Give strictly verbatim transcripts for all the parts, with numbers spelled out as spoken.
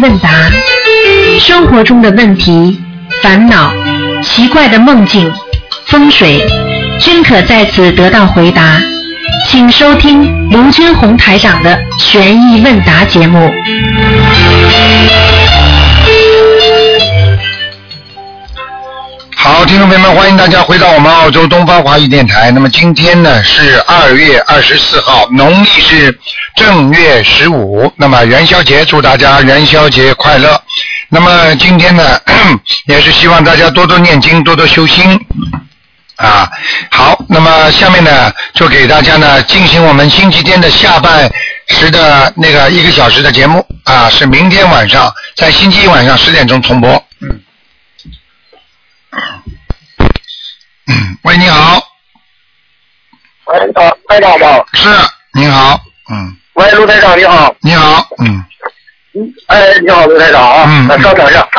问答，生活中的问题、烦恼、奇怪的梦境、风水，均可在此得到回答。请收听卢军红台长的悬疑问答节目。 好，听众朋友们，欢迎大家回到我们澳洲东方华语电台。那么今天呢是二月二十四号，农历是正月十五。那么元宵节，祝大家元宵节快乐。那么今天呢，也是希望大家多多念经，多多修心。啊，好，那么下面呢，就给大家呢进行我们星期天的下半时的那个一个小时的节目啊，是明天晚上，在星期一晚上十点钟重播。嗯。嗯，喂，你好。 喂，台长吗？ 是，你好，嗯。 喂，卢台长，你好。 你好，嗯。 嗯，哎，你好，卢台长啊。 嗯。 稍等一下。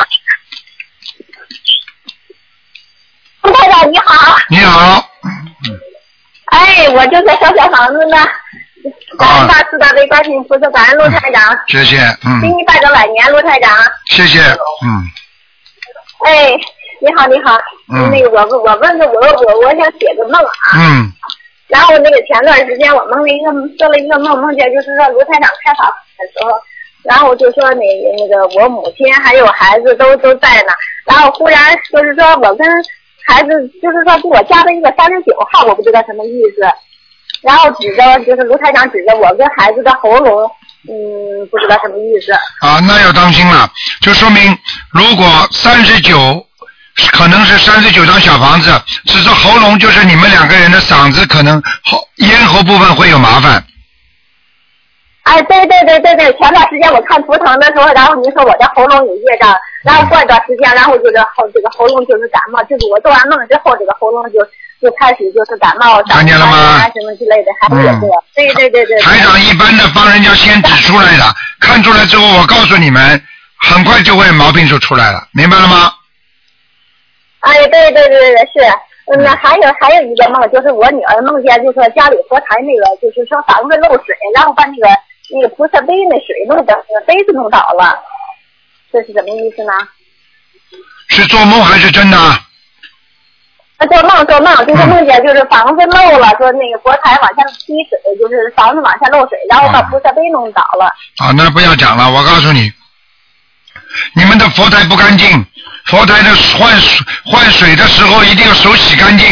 卢台长你好。 你好。 哎，我就在小小房子呢。感恩大慈大悲观世音菩萨，感恩卢台长。 谢谢，嗯。 给你拜个晚年，卢台长。 谢谢，嗯。 哎，你好，你好。 嗯。 那个我我问个我我我想写个梦啊。 嗯。 然后那个前段时间我梦了一个做了一个梦，梦见就是说卢台长开法的时候，然后就说那那个我母亲还有孩子都都在呢，然后忽然就是说我跟孩子就是说给我加的一个三十九号，我不知道什么意思。然后指着就是卢台长指着我跟孩子的喉咙，嗯，不知道什么意思。 啊，那要当心了，就说明如果三十九，可能是三十九张小房子，指着喉咙就是你们两个人的嗓子可能喉咽喉部分会有麻烦。 哎，对对对对对，前段时间我看图腾的时候，然后您说我的喉咙有业障，然后过一段时间，然后就是喉这个喉咙就是感冒，就是我做完梦之后，这个喉咙就就开始就是感冒， 看见了吗？ 什么之类的，还有这个，对对对对。 台长一般的帮人家先指出来的，看出来之后，我告诉你们，很快就会毛病就出来了，明白了吗？ 哎，对对对对是。嗯，那还有还有一个梦，就是我女儿梦见就是说家里佛台那个就是说房子漏水，然后把那个那个菩萨杯那水弄倒，那个杯子弄倒了，这是什么意思呢？ 是做梦还是真的？啊， 做梦做梦，就是梦见就是房子漏了，说那个佛台往下滴水，就是房子往下漏水，然后把菩萨杯弄倒了。 啊，那不要讲了，我告诉你，你们的佛台不干净，佛台的换水换水的时候一定要手洗干净。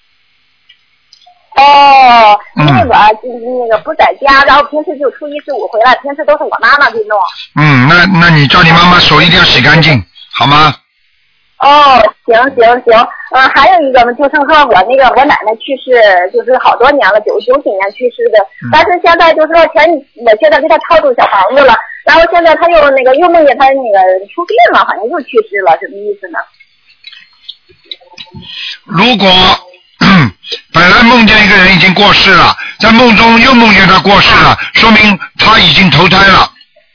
哦，因为我那个不在家，然后平时就初一十五回来，平时都是我妈妈给弄。 嗯，那那你叫你妈妈手一定要洗干净，好吗？ 哦，行行行，嗯、呃，还有一个呢，就是说我那个我奶奶去世，就是好多年了，九九几年去世的，嗯、但是现在就是说前我现在给她超度小房子了，然后现在她又那个又梦见她那个出殡了，好像又去世了，什么意思呢？ 如果本来梦见一个人已经过世了，在梦中又梦见他过世了，说明他已经投胎了。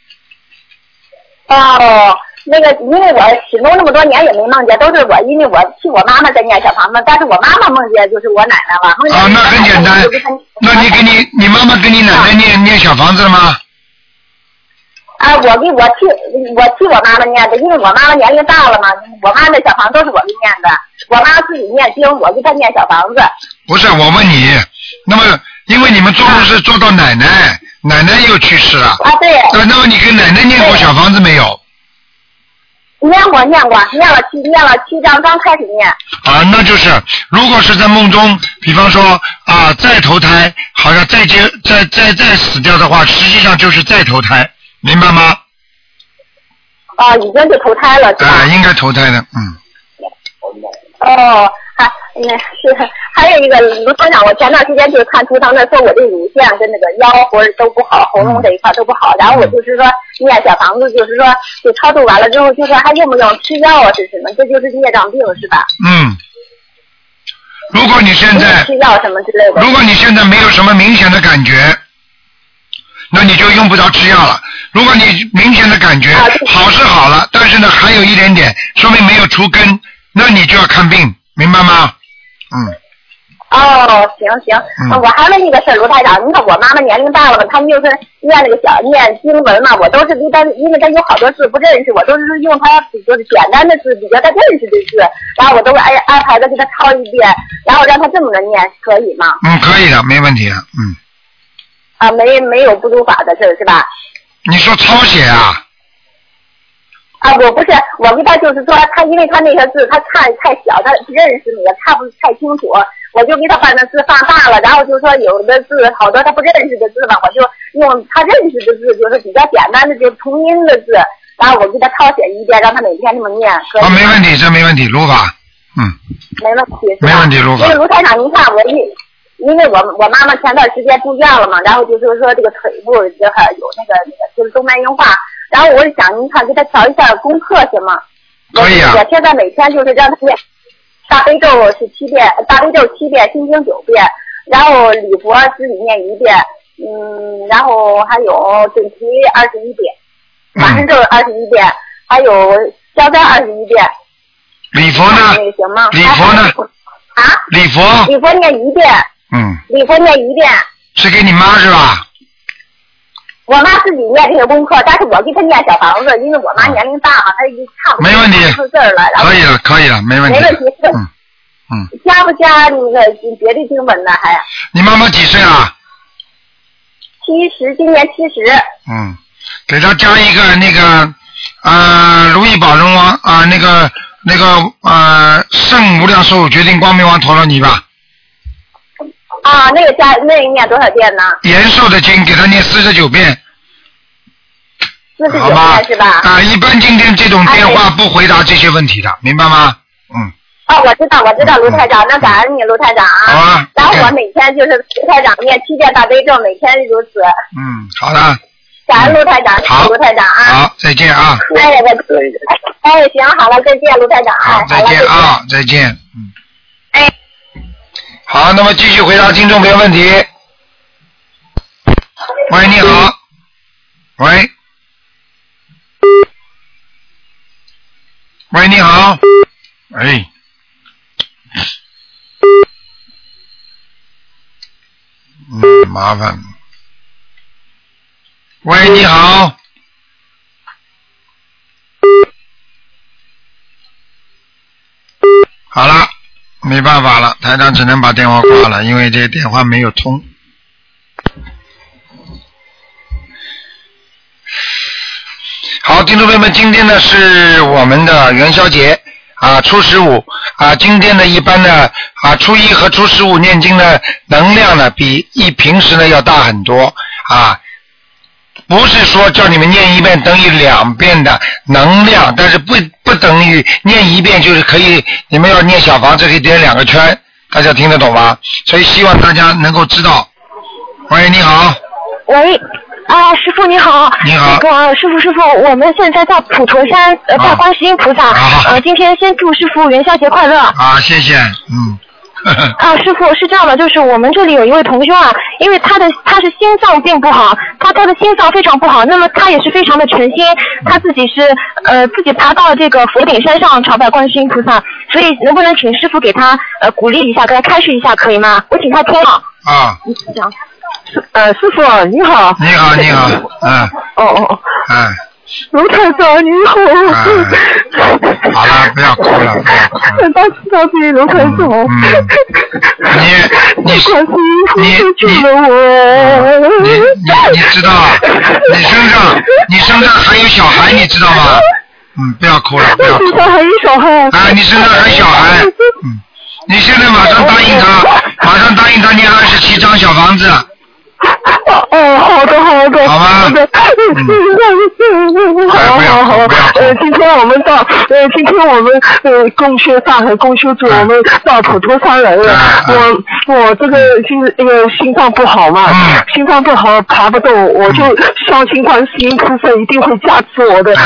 哦，那个因为我始终那么多年也没梦见，都是我因为我替我妈妈在念小房子，但是我妈妈梦见就是我奶奶了。 啊，那很简单。那你给你你妈妈给你奶奶念、啊、念小房子了吗？ 啊，我给我替我替我妈妈念的，因为我妈妈年龄大了嘛，我妈的小房都是我给念的，我妈自己念经，我给她念小房子。 不是，我问你，那么因为你们做的是做到奶奶，啊、奶奶又去世了。 啊，对。 那那么你给奶奶念过小房子没有？ 念过，念过，念了七念了七章，刚开始念。 啊，那就是如果是在梦中，比方说啊再投胎，好像再接再再再死掉的话，实际上就是再投胎。明白吗？ 啊，已经是投胎了，是吧？ 啊，应该投胎的，嗯。 哦，还那是还有一个卢台长，我前段时间就看图腾的，说我这乳腺跟那个腰或者都不好，喉咙这一块都不好，然后我就是说念小房子，就是说就超度完了之后，就说还用不用吃药啊？是什么？这就是孽障病是吧？ 嗯。如果你现在吃药什么之类的， 如果你现在没有什么明显的感觉。那你就用不着吃药了。如果你明显的感觉好是好了，但是呢还有一点点，说明没有除根，那你就要看病，明白吗？嗯。 哦，行行， 嗯、 我还问一个事儿，卢台长，你看我妈妈年龄大了嘛，他们就是念那个小念经文嘛，我都是给他，因为他有好多字不认识，我都是用他就是简单的字，比较他认识的字，然后我都安安排的给他抄一遍，然后让他这么着念，可以吗？ 嗯，可以的，没问题的，嗯。 啊，没没有不读法的事儿是吧？ 你说抄写啊？ 啊，我不是，我给他就是说，他因为他那个字他看太小，他认识也看不太清楚，我就给他把那字放大了，然后就说有的字好多他不认识的字吧，我就用他认识的字，就是比较简单的就是同音的字，然后我给他抄写一遍，让他每天这么念。 啊，没问题，这没问题，如法，嗯。 没问题是吧？ 没问题，如法。 因为卢台长，您看我一。因为我我妈妈前段时间住院了嘛，然后就是说这个腿部就是有那个那个就是动脉硬化，然后我就想您看给她调一下功课行吗？ 可以啊。 我现在每天就是让她念大悲咒是七遍，大悲咒七遍，心经九遍，然后礼佛自己念一遍，嗯，然后还有准提二十一遍，往生咒二十一遍，还有消灾二十一遍。 礼佛呢？ 行吗？ 礼佛呢？ 啊？ 礼佛。 礼佛念一遍。 嗯， 礼佛念一遍， 是给你妈是吧？ 我妈自己念这个功课，但是我给她念小房子，因为我妈年龄大嘛，她已经差不多没问题， 识字了。 可以了，可以了，没问题。 没问题， 嗯嗯。 加不加那个别的经文呢？还？ 你妈妈几岁啊？ 七十，今年七十。 嗯，给她加一个那个啊、呃，如意宝龙王啊、呃，那个那个啊、呃，圣无量寿决定光明王陀罗尼吧。 啊，那个加那个念多少遍呢？ 延寿的经给他念四十九遍， 四十九遍是吧？ 啊，一般今天这种电话不回答这些问题的，啊、明白吗？嗯。 哦，我知道，我知道，卢台长，那感恩你，卢台长啊。 好啊。 然后我每天就是卢台长念七遍大悲咒，每天如此。 嗯，好的。 感恩卢台长， 好， 卢台长啊。 好，再见啊。 哎，我哎，行，好了，再见，卢台长。 好，再见啊，再见。嗯。 哎。 好，那么继续回答听众朋友问题。喂，你好。喂。喂，你好。哎。嗯，麻烦。喂，你好。好了。没办法了，台长只能把电话挂了，因为这电话没有通。好，听众朋友们，今天呢是我们的元宵节啊，初十五啊，今天呢一般呢啊，初一和初十五念经呢能量呢比一平时呢要大很多啊。不是说叫你们念一遍等于两遍的能量，但是不不等于念一遍就是可以，你们要念小房子可以点两个圈，大家听得懂吗？所以希望大家能够知道。喂，你好。 喂，啊，师傅你好。 你好。 那个师傅师傅，我们现在在普陀山呃拜观世音菩萨，啊、呃，今天先祝师傅元宵节快乐。 啊，谢谢，嗯。 啊，师傅是这样的，就是我们这里有一位同修啊，因为他的他是心脏病不好，他他的心脏非常不好，那么他也是非常的诚心，他自己是呃自己爬到这个佛顶山上朝拜观世音菩萨，所以能不能请师傅给他呃鼓励一下，给他开示一下，可以吗？我请他听好。 啊。 你讲。 呃，师傅你好。 你好，你好，嗯。 哦哦。 嗯。 卢台长你好。 嗯。好了，不要哭了，不要哭了。 大慈大悲卢台长。 嗯。你你你救了我。 你你你知道，你身上你身上还有小孩，你知道吗？嗯，不要哭了，不要哭。 身上还有小孩。 啊，你身上还有小孩，嗯，你现在马上答应他，马上答应他念二十七张小房子。 哦，好的，好的， 好吗？ 好的，嗯，好好好，呃，今天我们到，呃，今天我们呃共修大和共修组，我们到普陀山来了。我我这个心那个心脏不好嘛，心脏不好爬不动，我就相信观世音菩萨一定会加持我的。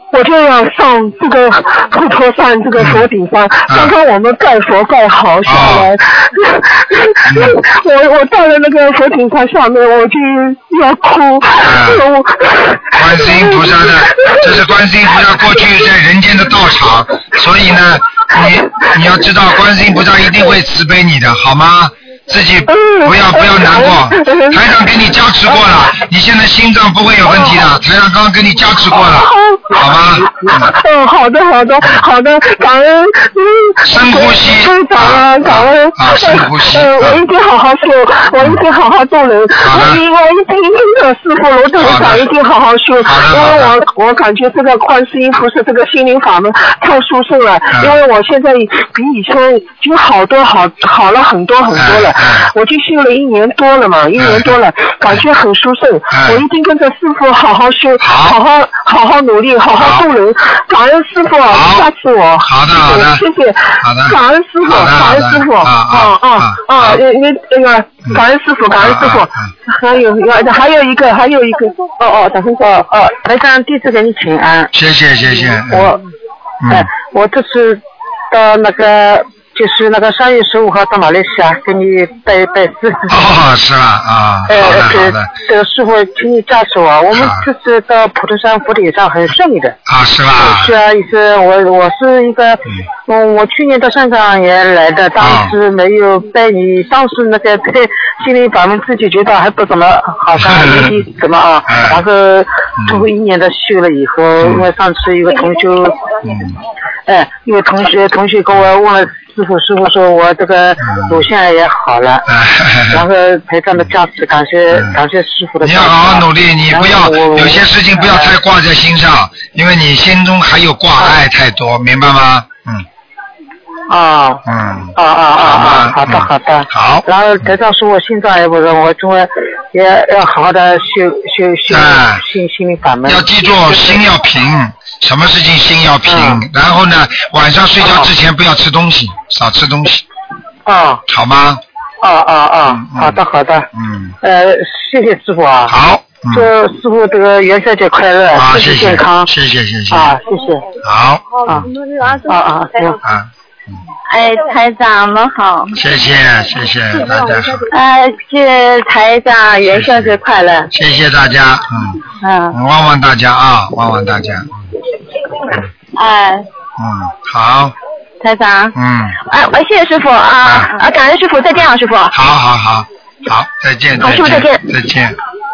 我就要上这个普陀山这个佛顶山， 嗯、 刚刚我们盖佛盖好下来，嗯、我我到了那个佛顶山下面，我就要哭。 嗯、观世音菩萨的，这是观世音菩萨过去在人间的道场，所以呢，你你要知道，观世音菩萨一定会慈悲你的，好吗？自己不要不要难过，台长给你加持过了，你现在心脏不会有问题的，台长刚刚给你加持过了，好吗？ 嗯，好的好的好的，感恩。 深呼吸。 感恩感恩。 啊，深呼吸。 呃，我一定好好修，我一定好好做人。我一我一定听着师傅罗队长一定好好修，因为我我感觉这个观世音菩萨这个心灵法门太殊胜了，因为我现在比以前已经好多好好了很多很多了。我就修了一年多了嘛，一年多了，感觉很殊胜。我一定跟着师傅好好修，好好好好努力，好好做人。感恩师傅，下次我。 好的好的， 谢谢。 好的。 感恩师傅，感恩师傅。啊啊啊！那那那个，感恩师傅，感恩师傅。还有有还有一个，还有一个。哦哦，等会儿哦，台长弟子给你请安。 谢谢谢谢。 我，哎，我这次到那个。就是那个三月十五号到马来西亚给你拜拜师。 哦，是吧？啊， 呃， 好的好的。 这个师傅，请你加持我，我们这次到普陀山佛顶上很顺利的。 啊，是吧？ 是啊，也是我我是一个，嗯，我去年到山上也来的，当时没有拜你，当时那个对心灵法门自己觉得还不怎么好像没意怎么啊，然后通过一年的修了以后，因为上次一个同学，哎，一个同学同学跟我问了。师傅，师傅说我这个乳腺癌也好了，然后台长的加持，感谢感谢师傅的。 你要好好努力，你不要有些事情不要太挂在心上，因为你心中还有挂碍太多，明白吗？嗯。 啊。 嗯。 啊啊啊啊！好的好的。 好。 然后台长说我心脏也不是，我中国也要好好的修修修心心灵法门。 要记住，心要平。什么事情心要平，嗯、然后呢，晚上睡觉之前不要吃东西，哦、少吃东西。 哦。 好吗？ 哦哦哦，嗯、好的好的。 嗯。 呃，谢谢师傅啊。 好。嗯、 祝师傅这个元宵节快乐， 啊、 身体健康。 谢谢谢谢。 啊，谢谢。 好。 啊啊啊！行。 啊。 哎，台长们好。 谢谢谢谢大家好。 哎，谢台长元宵节快乐。 谢谢大家，嗯。 嗯。 望望大家啊，望望大家。 哎。 嗯，好。 台长。 嗯。 哎，谢谢师傅啊啊！感恩师傅，再见啊，师傅。 好好好，好，再见。 好，师傅再见。 再见。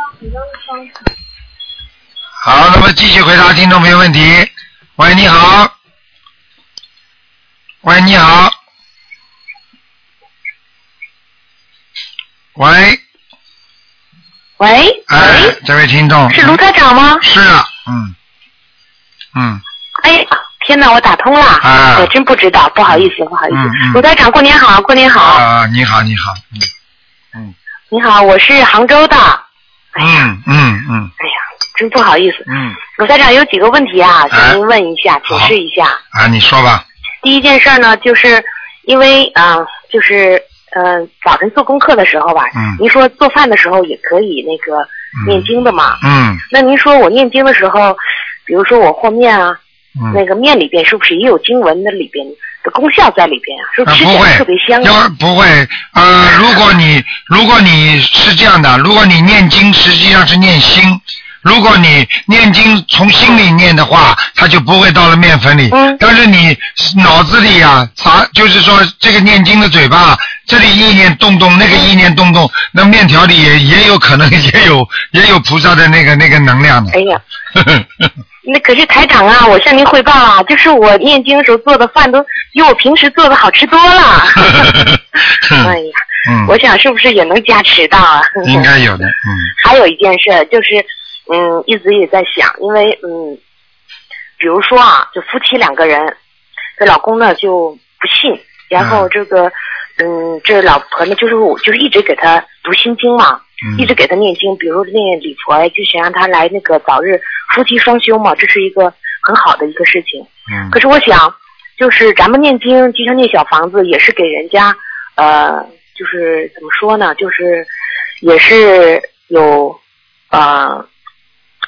好，那么继续回答听众朋友问题。喂，你好。喂，你好。喂。 喂。 哎，这位听众。 是卢台长吗？ 是啊，嗯。嗯。 哎，天哪，我打通了。 啊。 我真不知道，不好意思，不好意思。嗯嗯、卢台长，过年好，过年好。 啊，你好，你好。嗯。嗯。 你好，我是杭州的。 哎呀、嗯嗯嗯。 哎呀，真不好意思。 嗯。 卢台长有几个问题啊，想您问一下，请示一下。 啊，你说吧。 第一件事呢，就是因为啊、呃，就是呃，早晨做功课的时候吧， 嗯， 您说做饭的时候也可以那个念经的嘛， 嗯， 那您说我念经的时候，比如说我和面啊， 嗯、 那个面里边是不是也有经文的里边的功效在里边啊？是不是吃起来特别香？ 要不会，呃，如果你如果你是这样的，如果你念经实际上是念心。如果你念经从心里念的话，它就不会到了面粉里。 嗯。 但是你脑子里啊，杂就是说这个念经的嘴巴，这里意念动动，那个意念动动，那面条里也也有可能也有也有菩萨的那个那个能量的。 哎呀。那可是台长啊，我向您汇报啊，就是我念经的时候做的饭都比我平时做的好吃多了。哎呀。嗯。我想是不是也能加持到啊？ 应该有的。嗯。 还有一件事就是。嗯，一直也在想，因为嗯，比如说啊，就夫妻两个人，这老公呢就不信，然后这个嗯，这老婆呢就是我就是一直给他读心经嘛，嗯、一直给他念经，比如念礼佛，就想让他来那个早日夫妻双修嘛，这是一个很好的一个事情。 嗯。可是我想，就是咱们念经，就像念小房子，也是给人家呃，就是怎么说呢，就是也是有呃。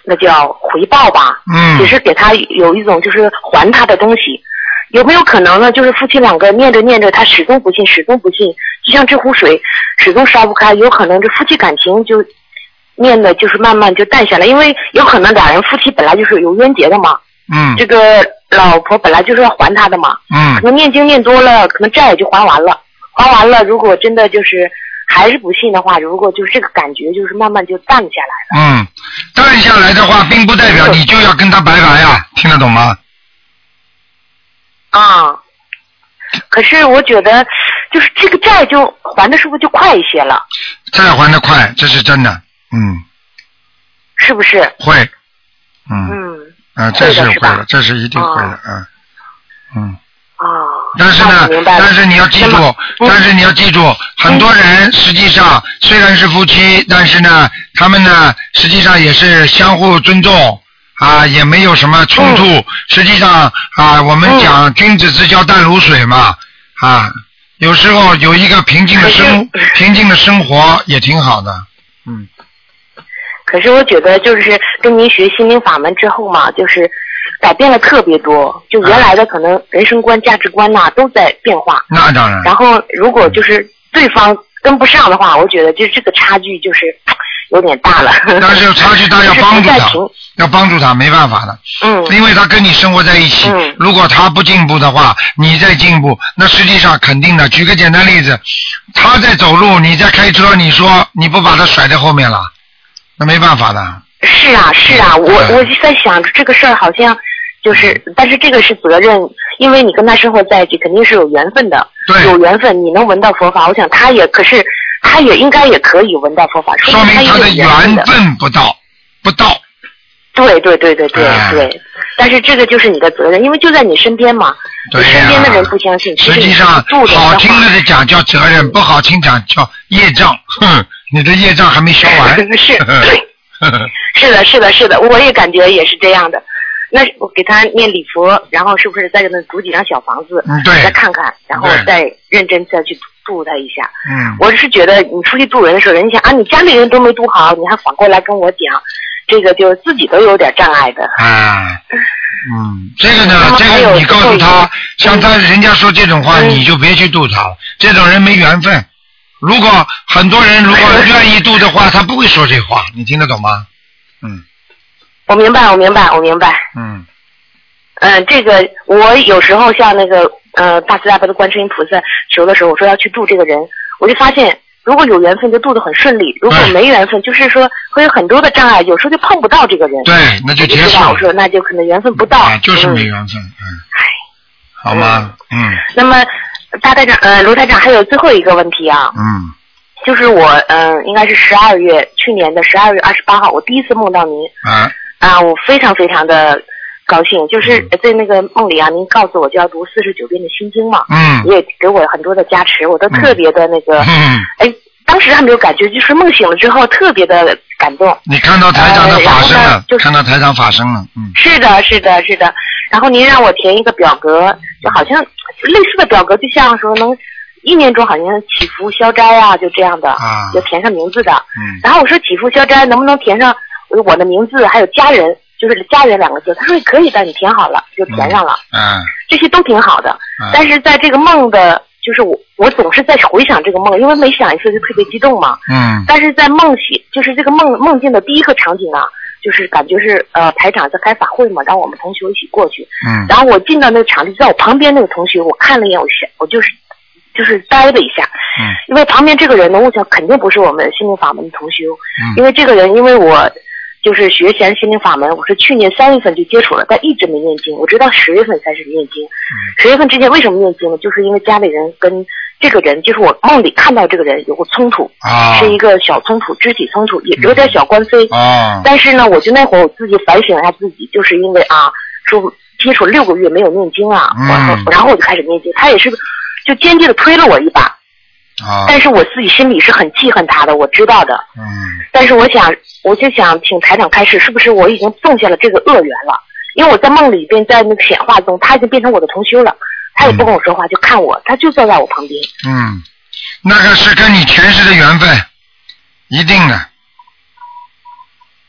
那叫回报吧， 嗯， 也是给他有一种就是还他的东西。有没有可能呢？就是夫妻两个念着念着，他始终不信，始终不信，就像这壶水始终烧不开。有可能这夫妻感情就念的，就是慢慢就淡下来，因为有可能俩人夫妻本来就是有冤结的嘛。 嗯。 这个老婆本来就是要还他的嘛。 嗯。 可能念经念多了，可能债也就还完了。还完了，如果真的就是还是不信的话，如果就是这个感觉就是慢慢就淡下来了。嗯，淡下来的话，并不代表你就要跟他拜拜呀，听得懂吗？ 啊，可是我觉得，就是这个债就还的是不是就快一些了？ 债还的快，这是真的，嗯， 是不是？ 会，嗯， 嗯， 啊，这是会的，这是一定会的，嗯，嗯。 啊。 但是呢，但是你要记住，但是你要记住，很多人实际上虽然是夫妻，但是呢，他们呢，实际上也是相互尊重。啊，也没有什么冲突。嗯、实际上啊，我们讲君子之交淡如水嘛，啊，有时候有一个平静的生平静的生活也挺好的。嗯。 可是我觉得就是跟您学心灵法门之后嘛，就是改变了特别多，就原来的可能人生观、价值观呐、啊、都在变化。 那当然。 然后如果就是对方跟不上的话，我觉得就是这个差距就是。有点大了， 但是差距大要帮助他，要帮助他，没办法的。 嗯， 因为他跟你生活在一起， 嗯、 如果他不进步的话，你在进步，那实际上肯定的。举个简单例子，他在走路，你在开车，你说你不把他甩在后面了，那没办法的。 是啊，是啊，我我就在想这个事儿好像就是，但是这个是责任，因为你跟他生活在一起，肯定是有缘分的。 对， 有缘分，你能闻到佛法，我想他也可是。他也应该也可以闻到佛法， 说明他的缘分不到，不到。 对对对对对对，嗯、但是这个就是你的责任，因为就在你身边嘛。 对呀、啊。 身边的人不相信， 实际上好听的讲叫责任，不好听讲叫业障。哼，你的业障还没消完。 是，对。是的，是的，是的，我也感觉也是这样的。那我给他念礼佛，然后是不是再给他租几张小房子？ 嗯，对。 再看看，然后再认真再去度他一下。 嗯。 我是觉得你出去度人的时候，人家想啊，你家里人都没度好，你还反过来跟我讲，这个就自己都有点障碍的。 啊。嗯，这个呢，这个你告诉他，像他人家说这种话， 嗯、 你就别去度他了。这种人没缘分。如果很多人如果愿意度的话，他不会说这话，你听得懂吗？嗯。 我明白，我明白，我明白。 嗯， 嗯、呃，这个我有时候像那个呃大慈大悲的观世音菩萨求的时候，我说要去度这个人，我就发现如果有缘分就度得很顺利，如果没缘分，就是说会有很多的障碍，有时候就碰不到这个人。 对，那就结束了。 我说那就可能缘分不到。 啊、就是没缘分，嗯。唉。好吗？嗯。 那么大台长，呃，卢台长还有最后一个问题啊。 嗯。 就是我嗯、呃，应该是十二月去年的十二月二十八号，我第一次梦到您。 啊。 啊，我非常非常的高兴，就是在那个梦里啊，您告诉我就要读四十九遍的心经嘛， 嗯， 你也给我很多的加持，我都特别的那个， 嗯， 哎，当时还没有感觉，就是梦醒了之后特别的感动。 你看到台长的法身了， 呃、就是看到台长法身了，嗯。 是的，是的，是的。然后您让我填一个表格，就好像类似的表格，就像说能一年中好像祈福消灾啊，就这样的， 啊， 就填上名字的。 嗯。 然后我说祈福消灾能不能填上我的名字还有家人，就是家人两个字，他说可以的，你填好了就填上了， 嗯， 这些都挺好的， 嗯， 但是在这个梦的，就是我我总是在回想这个梦，因为每想一次就特别激动嘛， 嗯， 但是在梦醒，就是这个梦梦境的第一个场景啊，就是感觉是呃台长在开法会嘛，让我们同学一起过去， 嗯， 然后我进到那个场地，在我旁边那个同学，我看了一眼，我我就是就是呆了一下， 嗯， 因为旁边这个人呢，我想肯定不是我们心灵法门的同修， 嗯， 因为这个人因为我。就是学习心灵法门，我是去年三月份就接触了，但一直没念经，我直到十月份才是念经。十、嗯、月份之前为什么念经呢？就是因为家里人跟这个人，就是我梦里看到这个人有个冲突， 啊、 是一个小冲突，肢体冲突，也有点小官非。 啊、 但是呢，我就那会儿我自己反省了一下自己，就是因为啊，说接触六个月没有念经啊， 嗯、 然后然后我就开始念经，他也是就间接的推了我一把。 啊！ 但是我自己心里是很记恨他的，我知道的。 嗯。 但是我想，我就想请台长开示，是不是我已经种下了这个恶缘了？因为我在梦里边，在那个显化中，他已经变成我的同修了，他也不跟我说话，嗯、就看我，他就坐在我旁边。 嗯，那个是跟你前世的缘分，一定的。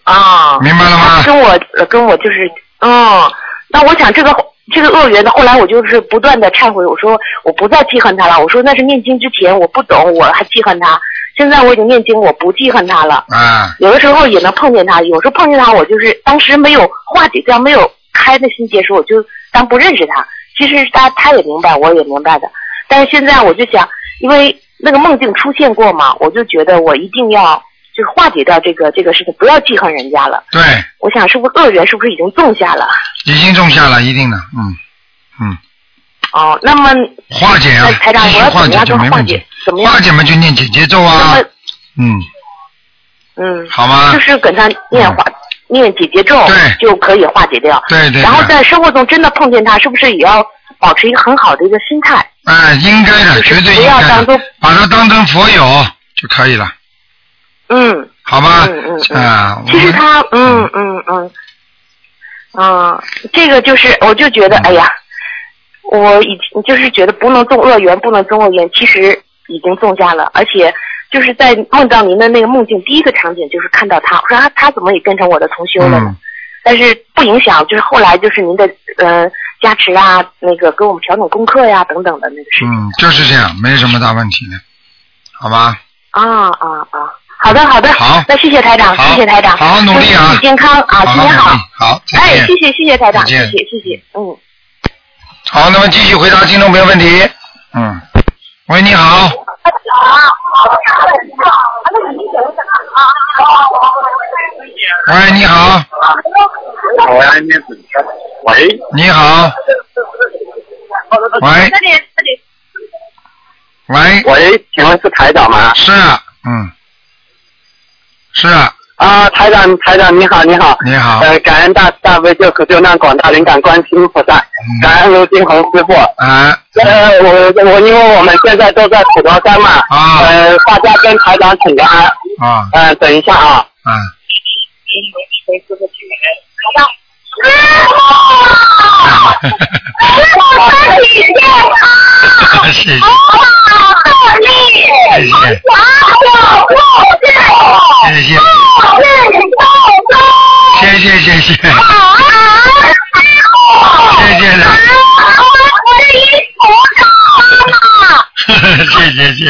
啊， 明白了吗？ 跟我跟我就是，嗯，那我想这个这个恶缘的，后来我就是不断的忏悔，我说我不再记恨他了，我说那是念经之前我不懂，我还记恨他，现在我已经念经，我不记恨他了。 啊， 有的时候也能碰见他，有时候碰见他，我就是当时没有化解掉，没有开的心结时，我就当不认识他。其实他他也明白，我也明白的，但是现在我就想，因为那个梦境出现过嘛，我就觉得我一定要就是化解掉这个这个事情，不要记恨人家了。 对， 我想是不是恶缘是不是已经种下了？ 已经种下了，一定的，嗯嗯。 哦，那么化解啊， 台长，我要怎么样跟化解？怎么样？ 化解嘛，就念姐姐咒啊。嗯。 嗯。 好吗？ 就是跟他念化、嗯、念姐姐咒， 对， 就可以化解掉。 对 对, 对。 然后在生活中真的碰见他，是不是也要保持一个很好的一个心态？ 哎，应该的，绝对应该的。不要当做把它当成佛友就可以了。 嗯。 好吗？ 嗯嗯嗯。啊。 其实他，嗯嗯嗯。嗯，这个就是，我就觉得，嗯、哎呀。我已经就是觉得不能种恶缘，不能种恶缘，其实已经种下了，而且就是在梦到您的那个梦境，第一个场景就是看到他，我说他他怎么也变成我的同修了呢？嗯、但是不影响，就是后来就是您的呃加持啊，那个给我们调整功课呀等等的那个事情。 嗯，就是这样，没什么大问题的，好吧？ 啊啊啊！好的好的， 好， 那谢谢台长，谢谢台长， 好好努力啊， 身体健康啊，新年好， 好， 哎，谢谢谢谢台长，谢谢谢谢，嗯。 好，那么继续回答听众朋友问题。嗯，喂，你好。喂，你好。 喂， 你好。喂。喂。 喂，请问是台长吗？ 是，嗯，是。 啊，台长，台长你好，你好， 你好。 呃，感恩大大悲救苦救难广大灵感观世音菩萨，嗯、感恩卢金红师傅。 啊。 呃，我我因为我们现在都在普陀山嘛， 啊。呃， 大家跟台长请个安。 啊。 呃，等一下啊。 啊。 跟师傅请个安。好的。 身体健康，谢谢， 大力， 谢谢，谢谢，谢谢谢谢，谢谢了，谢谢谢谢，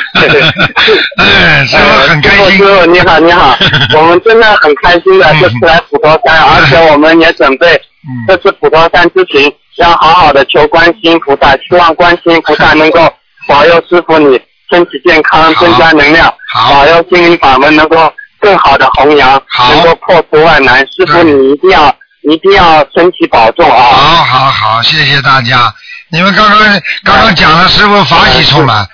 嗯，师傅很开心。 师傅你好你好，我们真的很开心的这次来普陀山，而且我们也准备这次普陀山之行要好好的求观世音菩萨，希望观世音菩萨能够保佑师傅你身体健康，增加能量，保佑心灵法门能够更好的弘扬，能够破除万难。师傅你一定要你一定要身体保重啊！ 好好好，谢谢大家。你们刚刚刚刚讲了，师傅法喜充满。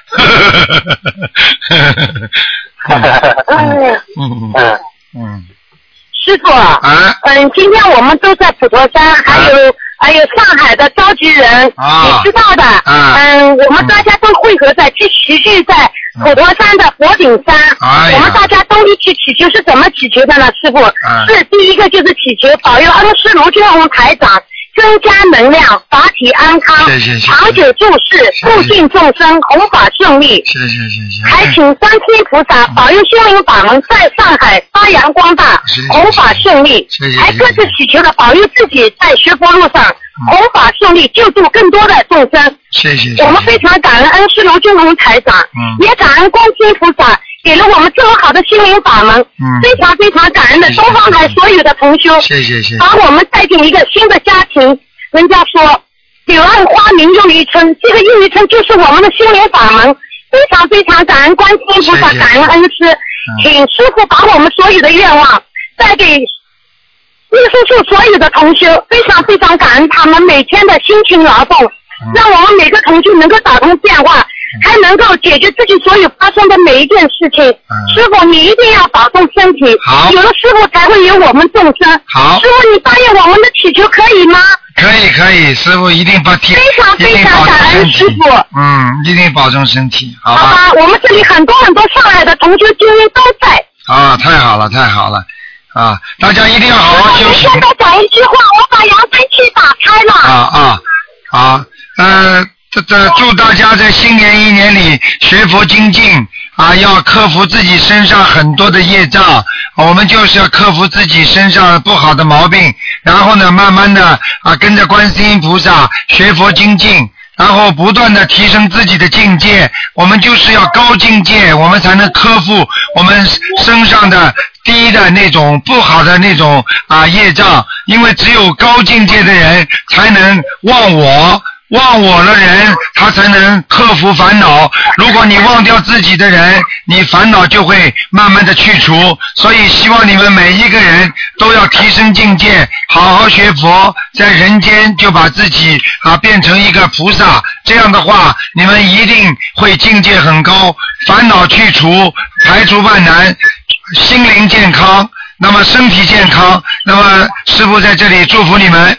嗯嗯嗯嗯。 师傅啊，嗯，今天我们都在普陀山，还有、啊、还有上海的召集人， 啊、 你知道的， 啊、 嗯，我们大家都汇合在聚齐聚在普陀山的佛顶山， 哎、 我们大家都一起祈求，是怎么祈求的呢？师傅， 啊、 是第一个就是祈求保佑恩师卢俊宏台长增加能量，法体安康， 谢谢谢谢长久住世，度尽众生，弘法顺利。 谢谢谢谢。 还请观世音菩萨保佑心灵法门在上海发扬光大，弘法顺利。 谢谢。 还各自祈求了保佑自己在学佛路上弘法顺利，救助更多的众生。 谢谢。 我们非常感恩恩师卢俊宏台长， 嗯， 也感恩观世音菩萨给了我们这么好的心灵法门， 嗯， 非常非常感恩的东方台所有的同修， 谢谢谢谢， 把我们带进一个新的家庭。人家说柳暗花明又一村，这个又一村就是我们的心灵法门，非常非常感恩观世音菩萨，感恩恩师， 嗯， 请师父把我们所有的愿望带给秘书处所有的同修，非常非常感恩他们每天的辛勤劳动，嗯，让我们每个同修能够打通电话，还能够解决自己所有发生的每一件事情。 嗯， 师傅，你一定要保重身体， 好， 有了师傅才会有我们众生。 好， 师傅，你答应我们的祈求可以吗？ 可以可以，师傅一定保体， 非常非常感恩师傅。 嗯，一定保重身体，好吧？ 好吧，我们这里很多很多上海的同学精英都在。 啊，太好了太好了，啊，大家一定要好好休息。 我现在讲一句话，我把扬声器打开了。 啊啊好，呃， 这这祝大家在新年一年里学佛精进啊，要克服自己身上很多的业障，我们就是要克服自己身上不好的毛病，然后呢，慢慢的啊跟着观世音菩萨学佛精进，然后不断的提升自己的境界，我们就是要高境界，我们才能克服我们身上的低的那种不好的那种啊业障，因为只有高境界的人才能忘我。忘我的人，他才能克服烦恼。如果你忘掉自己的人，你烦恼就会慢慢的去除。所以希望你们每一个人都要提升境界，好好学佛，在人间就把自己啊变成一个菩萨。这样的话，你们一定会境界很高，烦恼去除，排除万难，心灵健康，那么身体健康。那么师父在这里祝福你们。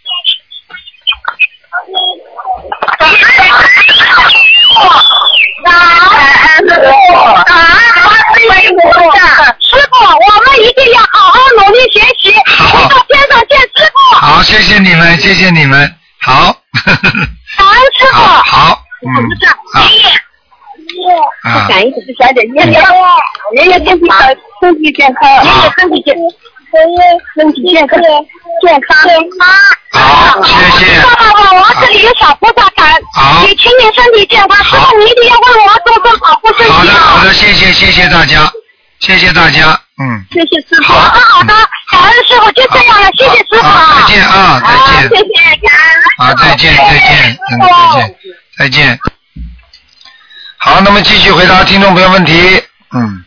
师傅，我们一定要好好努力学习，回到天上见师傅。 好，谢谢你们，谢谢你们，好。 感恩师傅。 好，嗯，好。 啊，感恩师傅，小点爷爷，爷爷身体好，身体健康，爷爷身体健康。身体健康，健康， 好，谢谢。 爸爸，我这里有小菩萨感，也请你身体健康，师傅你一定要为我做做保护身体。 好的，好的，谢谢，谢谢大家，谢谢大家，嗯。 谢谢师傅。好的，好的，感恩师傅，就这样了，谢谢师傅。 再见啊，再见。 谢谢，感恩。 好，再见，再见，嗯，再见，再见。好，那么继续回答听众朋友问题，嗯。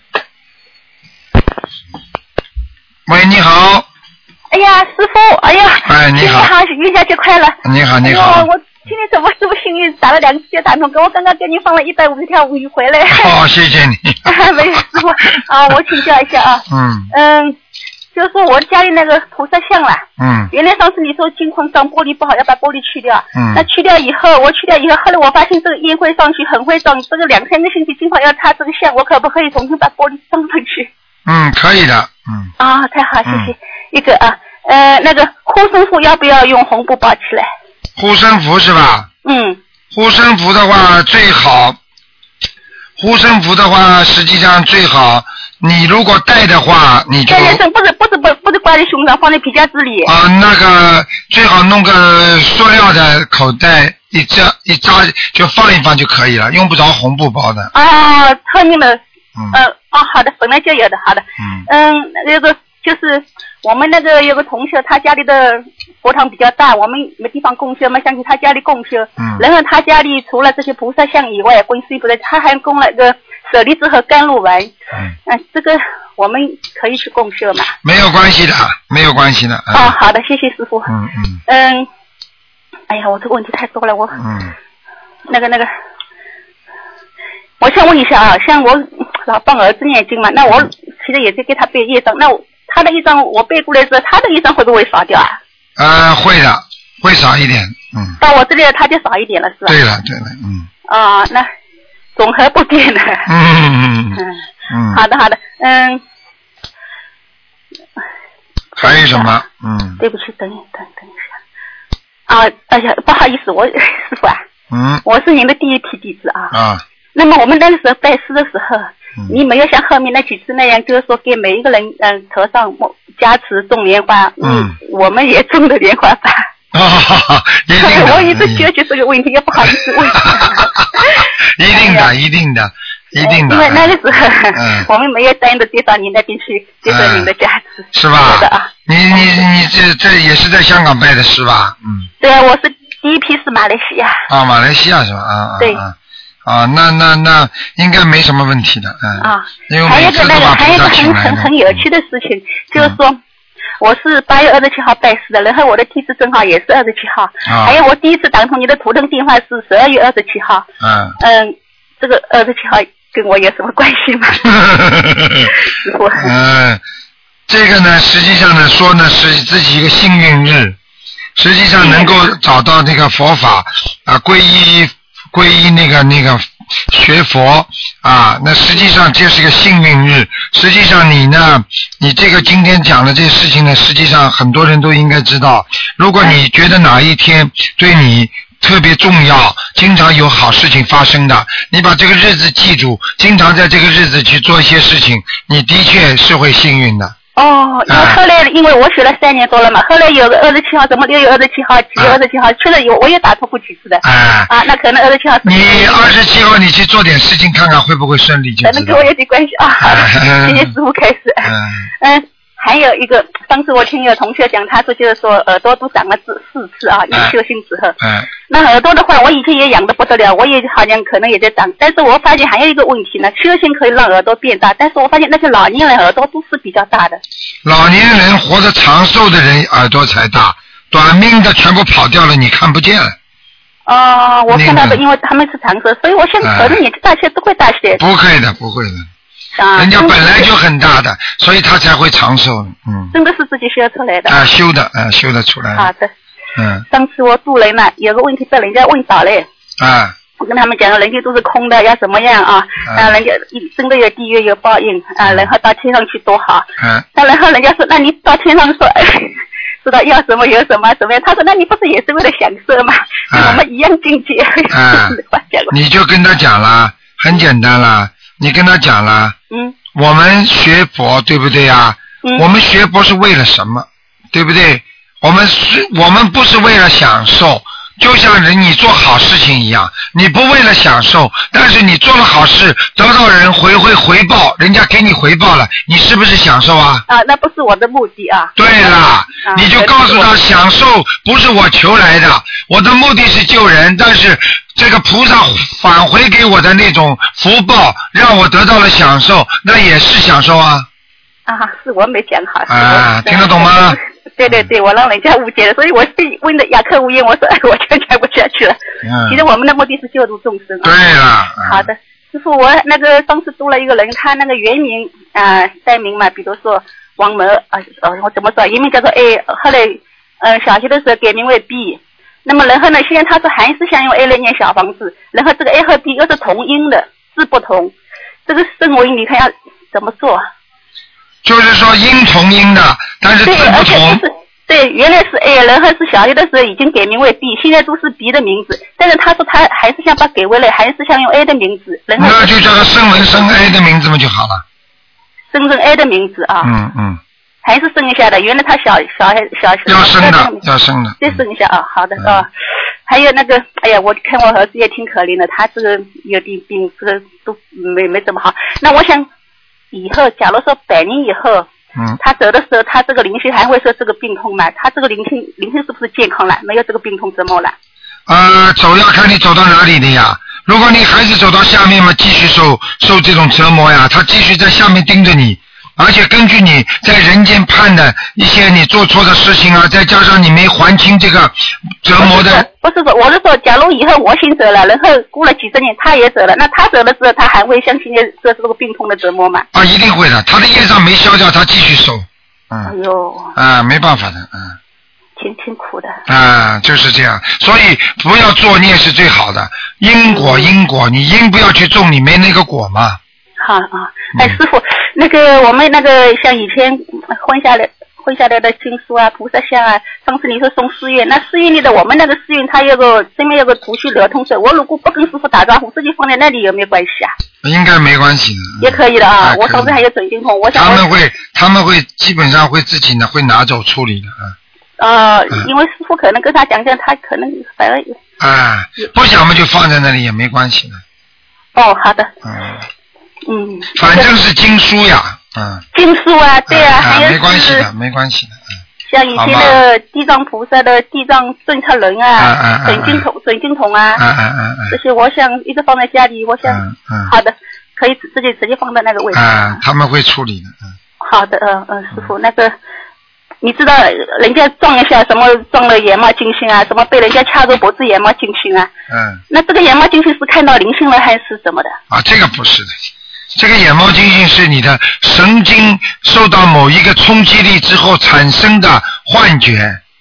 喂，你好。 哎呀，师傅，哎呀， 哎，你好， 你好，元宵节快乐。 你好，你好。 哎呦，我今天怎么这么幸运，打了两次接打通，给我刚刚给你放了一百五十条鱼回来。 哦，谢谢你。 没有，师傅啊，我请教一下啊。 嗯。 嗯，就是说我家里那个菩萨像啦。 嗯。 原来上次你说金矿上玻璃不好，要把玻璃去掉。 嗯。 那去掉以后，我去掉以后，后来我发现这个烟灰上去很会长，这个两三个星期金矿要擦这个像，我可不可以重新把玻璃装上去？ 嗯，可以的，嗯。 啊，太好，谢谢。嗯、一个啊，呃，那个护身符要不要用红布包起来？ 护身符是吧？ 嗯。 护身符的话最好，护身符的话实际上最好，你如果带的话，你就。带在身， 不是不是不不是挂在胸上，放在皮夹子里。 啊，那个最好弄个塑料的口袋，一扎一扎就放一放就可以了，用不着红布包的。 啊，特明了。 嗯。 呃哦，好的，本来就有的，好的。 嗯。 嗯，那个就是我们那个有个同学，他家里的佛堂比较大，我们没地方供修嘛，想去他家里供修。 嗯。 然后他家里除了这些菩萨像以外，观世音菩萨，他还供了个舍利子和甘露丸。 嗯。 嗯、呃，这个我们可以去供修嘛？ 没有关系的，没有关系的。 嗯、哦，好的，谢谢师傅。 嗯嗯。 嗯。哎呀，我这个问题太多了，我。 嗯。 那个那个。我想问一下啊，像我老帮儿子念经嘛，那我其实也在给他背业障，那我他的业障我背过来之后，他的业障会不会少掉啊？ 呃，会的，会少一点，嗯。 到我这里他就少一点了，是吧？ 对了，对了，嗯。 啊、呃，那总和不变的。 嗯嗯嗯嗯。 好的好的，嗯。 还有什么？嗯。 对不起，等等等一下。啊，哎呀，不好意思，我师傅啊。 嗯。 我是您的第一批弟子啊。 啊。 那么我们那个时候拜师的时候， 嗯、 你没有像后面那几次那样，就是说给每一个人嗯、呃、头上加持种莲花， 嗯， 我们也种了莲花吧。 哦，一定的。 我一直纠结这个问题，也不好意思问。 一定的，一定的，一定的。 因为那个时候， 嗯、 我们没有单独接到您那边去接受您的加持。 嗯、是吧？ 是的啊。 你你你这这也是在香港拜的是吧？嗯。 对啊，我是第一批是马来西亚。 啊，马来西亚是吧？啊啊。 对。 啊啊，那那那应该没什么问题的，嗯。 啊， 因为还有一个那个，还有一个很很很有趣的事情，嗯、就是说，我是八月二十七号拜师的，然后我的弟子正好也是二十七号， 啊、 还有我第一次打通你的图腾电话是十二月二十七号。 嗯。 嗯，这个二十七号跟我有什么关系吗？师傅。 嗯，这个呢，实际上呢说呢是自己一个幸运日，实际上能够找到这个佛法啊，皈依。皈依那个那个学佛啊，那实际上这是个幸运日。实际上你呢，你这个今天讲的这事情呢，实际上很多人都应该知道。如果你觉得哪一天对你特别重要，经常有好事情发生的。你把这个日子记住，经常在这个日子去做一些事情，你的确是会幸运的。 哦，因为后来因为我学了三年多了嘛，后来有个二十七号，什么六月二十七号、几月二十七号，确实有我也打错过几次的。 啊啊，那可能二十七号。 你二十七号你去做点事情看看会不会顺利就知道。 可能跟我有点关系啊。好的，谢谢师傅开始。 嗯。 嗯。还有一个，上次我听有同学讲，他说就是说耳朵都长了四四次啊，因为修心之后。 嗯。 那耳朵的话，我以前也养得不得了，我也好像可能也在长，但是我发现还有一个问题呢，修心可以让耳朵变大，但是我发现那些老年人耳朵都是比较大的。 老年人活得长寿的人耳朵才大，短命的全部跑掉了，你看不见了。 哦，我看到的，因为他们是长寿，所以我现在可能年纪大些都会大些。 不会的，不会的。 啊， 人家本来就很大的，所以他才会长寿。嗯， 真的是自己修出来的。 啊，修的，啊，修得出来。 好的。 嗯。 上次我渡人嘛，有个问题被人家问倒嘞。 啊。 我跟他们讲了，人间都是空的，要怎么样啊？啊，人家真的有地狱有报应啊，然后到天上去多好。 嗯。 那然后人家说，那你到天上说，知道要什么有什么怎么样？他说，那你不是也是为了享受吗？跟我们一样境界。 啊。你就跟他讲啦，很简单啦。你跟他讲了， 嗯， 我们学佛对不对呀？ 嗯， 我们学佛是为了什么？对不对？我们是，我们不是为了享受，就像人你做好事情一样，你不为了享受，但是你做了好事，得到人回回回报，人家给你回报了，你是不是享受啊？ 啊，那不是我的目的啊。 对啦，啊、你就告诉他，享受不是我求来的，我的目的是救人，但是。这个菩萨返回给我的那种福报，让我得到了享受，那也是享受啊。 啊，是我没讲好。 啊，听得懂吗？ 对对对，我让人家误解了，所以我被问的哑口无言。我说，哎，我就讲不下去了。嗯。其实我们的目的是救度众生。 对了。 嗯、好的，师傅，我那个上次读了一个人，他那个原名啊、呃、代名嘛，比如说王某啊，呃，我怎么说？原名叫做 A， 后来嗯、呃、小学的时候改名为 B。那么然后呢，现在他说还是想用 A 来念小房子，然后这个 A 和 B 又是同音的，字不同，这个声为你看要怎么做？ 就是说音同音的，但是字不同。 对，对，原来是 A， 然后是小学的时候已经改名为 B， 现在都是 B 的名字，但是他说他还是想把改回来，还是想用 A 的名字。然后那就叫他声纹生 A 的名字嘛就好了。 生成 A 的名字啊。 嗯嗯。 还是生一下的，原来他小小孩小小要生的，要生的， 再生一下啊，好的啊、嗯。还有那个，哎呀，我看我儿子也挺可怜的，他这个有点病，这个都没没怎么好。那我想以后，假如说百年以后， 嗯， 他走的时候，他这个灵性还会受这个病痛吗？他这个灵性灵性是不是健康了？没有这个病痛折磨了？ 呃，走要看你走到哪里的呀。如果你还是走到下面嘛，继续受受这种折磨呀，他继续在下面盯着你。而且根据你在人间判的一些你做错的事情啊，再加上你没还清这个折磨的。 不是说，我是说，假如以后我先走了，然后过了几十年他也走了，那他走的时候，他还会像现在受这个病痛的折磨吗？ 啊，一定会的，他的业障没消掉，他继续受。嗯。 哎呦。 啊，没办法的，嗯。 挺挺苦的。 啊，就是这样，所以不要作孽是最好的。因果因果，你因不要去种，你没那个果嘛。 好啊，哎，师傅，那个我们那个像以前混下来混下来的经书啊、菩萨像啊，上次你说送寺院，那寺院里的我们那个寺院，它有个上面有个图书流通社，我如果不跟师傅打招呼，自己放在那里有没有关系啊？ 应该没关系的。 也可以的啊，啊我上次还有准经筒，我想他们会他们会基本上会自己呢会拿走处理的啊。 呃、嗯，因为师傅可能跟他讲讲，他可能反而啊，不想嘛就放在那里也没关系的。哦，好的。 嗯。 嗯， 反正是经书呀，嗯。 经书啊，对啊， 啊还有没关系的，没关系的，嗯。 像以前的地藏菩萨的地藏政策轮啊，准经筒、准经筒啊， 嗯嗯嗯这些我想一直放在家里，我想， 嗯嗯， 好的，可以自己直接放在那个位置。 啊，他们会处理的，嗯。 好的，嗯嗯，师傅，那个你知道人家撞一下什么撞了眼冒金星啊，什么被人家掐住脖子眼冒金星啊， 嗯。 那这个眼冒金星是看到灵性了还是什么的？ 啊，这个不是的。这个眼冒金星是你的神经受到某一个冲击力之后产生的幻觉。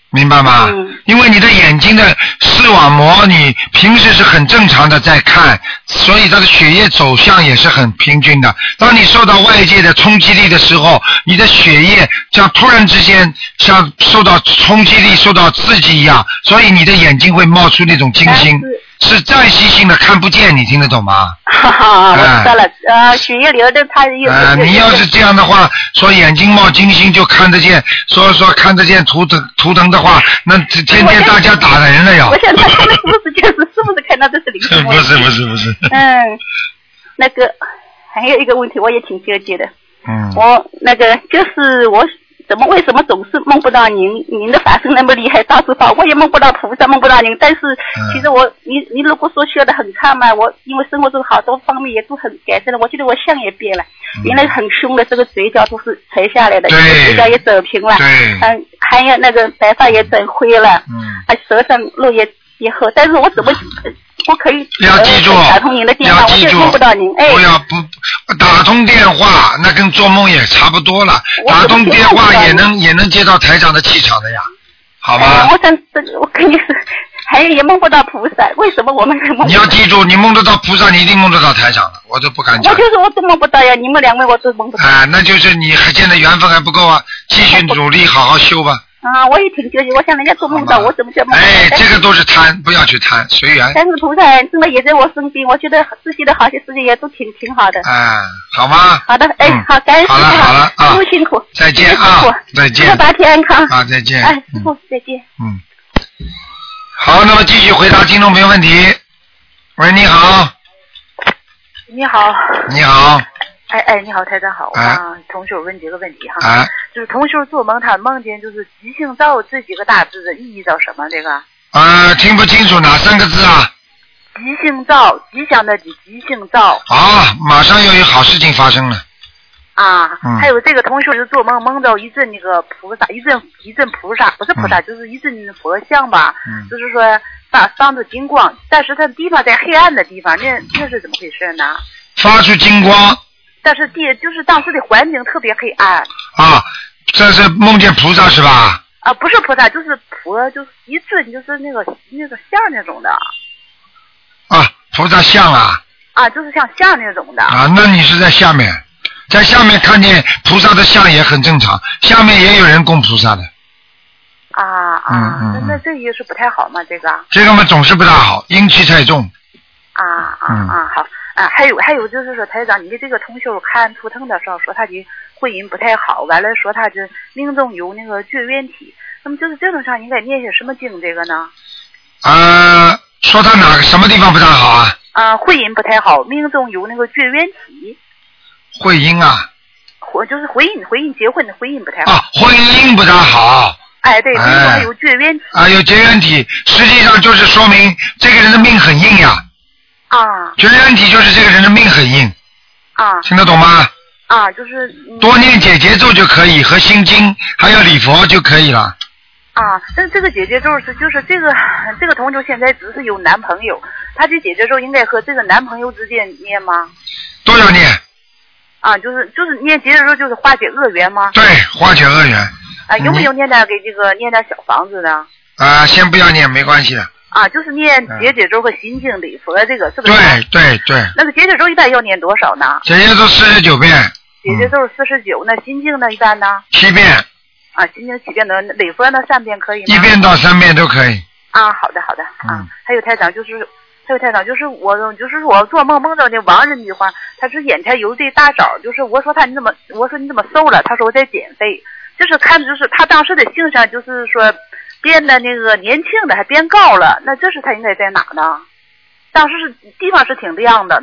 明白吗？ 嗯。 因为你的眼睛的视网膜，你平时是很正常的在看，所以它的血液走向也是很平均的。当你受到外界的冲击力的时候，你的血液像突然之间像受到冲击力、受到刺激一样，所以你的眼睛会冒出那种金星，是暂时性的看不见，你听得懂吗？ 哈哈，我知道了，呃，血液流的它有。 呃，你要是这样的话，说眼睛冒金星就看得见，说说看得见图腾图腾的话，那天天大家打人了要。 我想他看的是不是就是是不是看到这是灵性？ 不是不是不是。 嗯，那个还有一个问题我也挺纠结的。 嗯。 我那个就是我。怎么为什么总是梦不到您？您的法身那么厉害，到处跑，我也梦不到菩萨，梦不到您。但是其实我，你你如果说学的很差嘛，我因为生活中好多方面也都很改善了，我觉得我相也变了，嗯、原来很凶的这个嘴角都是垂下来的，嘴角也走平了，嗯，还有那个白发也整灰了，嗯，啊，舌上肉也也厚，但是我怎么？我可以要记住， 打通您的电话， 要记住， 我梦不到您。哎， 不要不打通电话，那跟做梦也差不多了。打通电话也能也能接到台长的气场的呀，好吗？ 哎、我想，我跟你说，还有也梦不到菩萨，为什么我们梦不到？ 你要记住，你梦得到菩萨，你一定梦得到台长的，我都不敢讲。 我就是我都梦不到呀，你们两位我都梦不到。 啊，那就是你还现在缘分还不够啊，继续努力，好好修吧。 啊，我也挺纠结，我想人家做梦到，我怎么叫梦到？ 哎，这个都是贪，不要去贪，随缘。 但是菩萨真的也在我身边，我觉得这些的好些事情也都挺挺好的。 啊，好吗？ 好的，哎，嗯、好，感恩师傅， 好了好了啊， 不辛苦， 再见啊，再见， 八体安康啊，再见， 哎，师傅、嗯、再见。 嗯，好，那么继续回答听众朋友问题。喂，你好。 你好。 你好。 哎哎，你好，台长好。啊，同学问几个问题哈。 啊。 就是同学做梦，他梦见就是吉星照这几个大字的意义叫什么？这个？ 啊，听不清楚哪三个字啊？ 吉星照，吉祥的吉，吉星照。 啊，马上又有好事情发生了。 啊。 嗯。 还有这个同学就做梦梦到一阵那个菩萨，一阵一阵菩萨，不是菩萨，嗯、就是一阵佛像吧。 嗯。 就是说发放出金光，但是它的地方在黑暗的地方，那那是怎么回事呢？ 发出金光。 但是地就是当时的环境特别黑暗啊，这是梦见菩萨是吧？ 啊，不是菩萨，就是菩，就是一尊，就是那个那个像那种的。 啊，菩萨像啊。 啊，就是像像那种的。 啊，那你是在下面，在下面看见菩萨的像也很正常，下面也有人供菩萨的。 啊啊， 嗯嗯那那这也是不太好嘛，这个。 这个嘛总是不大好，阴气太重。 啊啊啊，好。啊，还有还有就是说，台长，你的这个同学看图腾的时候说他的婚姻不太好，完了说他这命中有那个绝缘体，那么就是这种上应该念些什么经这个呢？ 呃，说他哪个什么地方不太好啊？ 啊，婚姻不太好，命中有那个绝缘体。 婚姻啊？ 婚就是婚姻，婚姻结婚的婚姻不太好。 啊，婚姻不大好。 哎，对，命中有绝缘体。 啊，有绝缘体，实际上就是说明这个人的命很硬呀。 啊， 绝缘体就是这个人的命很硬啊， 听得懂吗？ 啊，就是、嗯、 多念解结咒就可以，和心经还有礼佛就可以了。 啊，这这个解结咒是就是这个这个同学现在只是有男朋友，他这解结咒应该和这个男朋友之间念吗？ 都要念。 啊，就是就是念解结咒就是化解恶缘吗？ 对，化解恶缘。 啊，有没有念点给这个念点小房子呢？ 啊，先不要念，没关系的。 啊，就是念解结咒和心经礼佛这个是不是？ 对对对。 那个解结咒一般要念多少呢？ 解结咒四十九遍。 解结咒四十九，那心经呢一般呢？ 七遍。 啊，心经七遍的，礼佛呢三遍可以吗？ 一遍到三遍都可以。 啊，好的好的。啊，嗯、还有台长就是，还有台长就是我就是我做梦梦到那亡人的话，他是眼前有这大枣，就是我说他你怎么我说你怎么瘦了？他说我在减肥，就是看就是他当时的形象就是说。变得那个年轻的还变高了，那这是他应该在哪呢？当时是地方是挺亮的呢。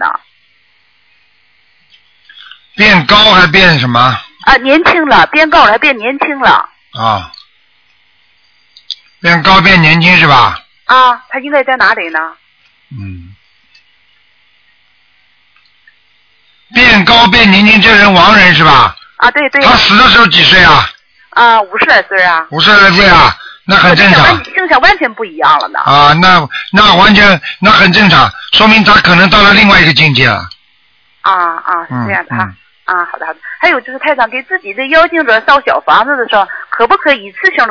变高还变什么？ 啊，年轻了，变高了还变年轻了。 啊，变高变年轻是吧？ 啊，他应该在哪里呢？ 嗯，变高变年轻，这人亡人是吧？ 啊，对对。 他死的时候几岁啊？ 啊，五十来岁啊。 五十来岁啊。那很正常， 形象完全不一样了呢。 啊，那那完全那很正常，说明他可能到了另外一个境界了。 啊啊，是这样的哈、嗯嗯。啊，好的好的。还有就是台长给自己的妖精者烧小房子的时候，可不可以一次性的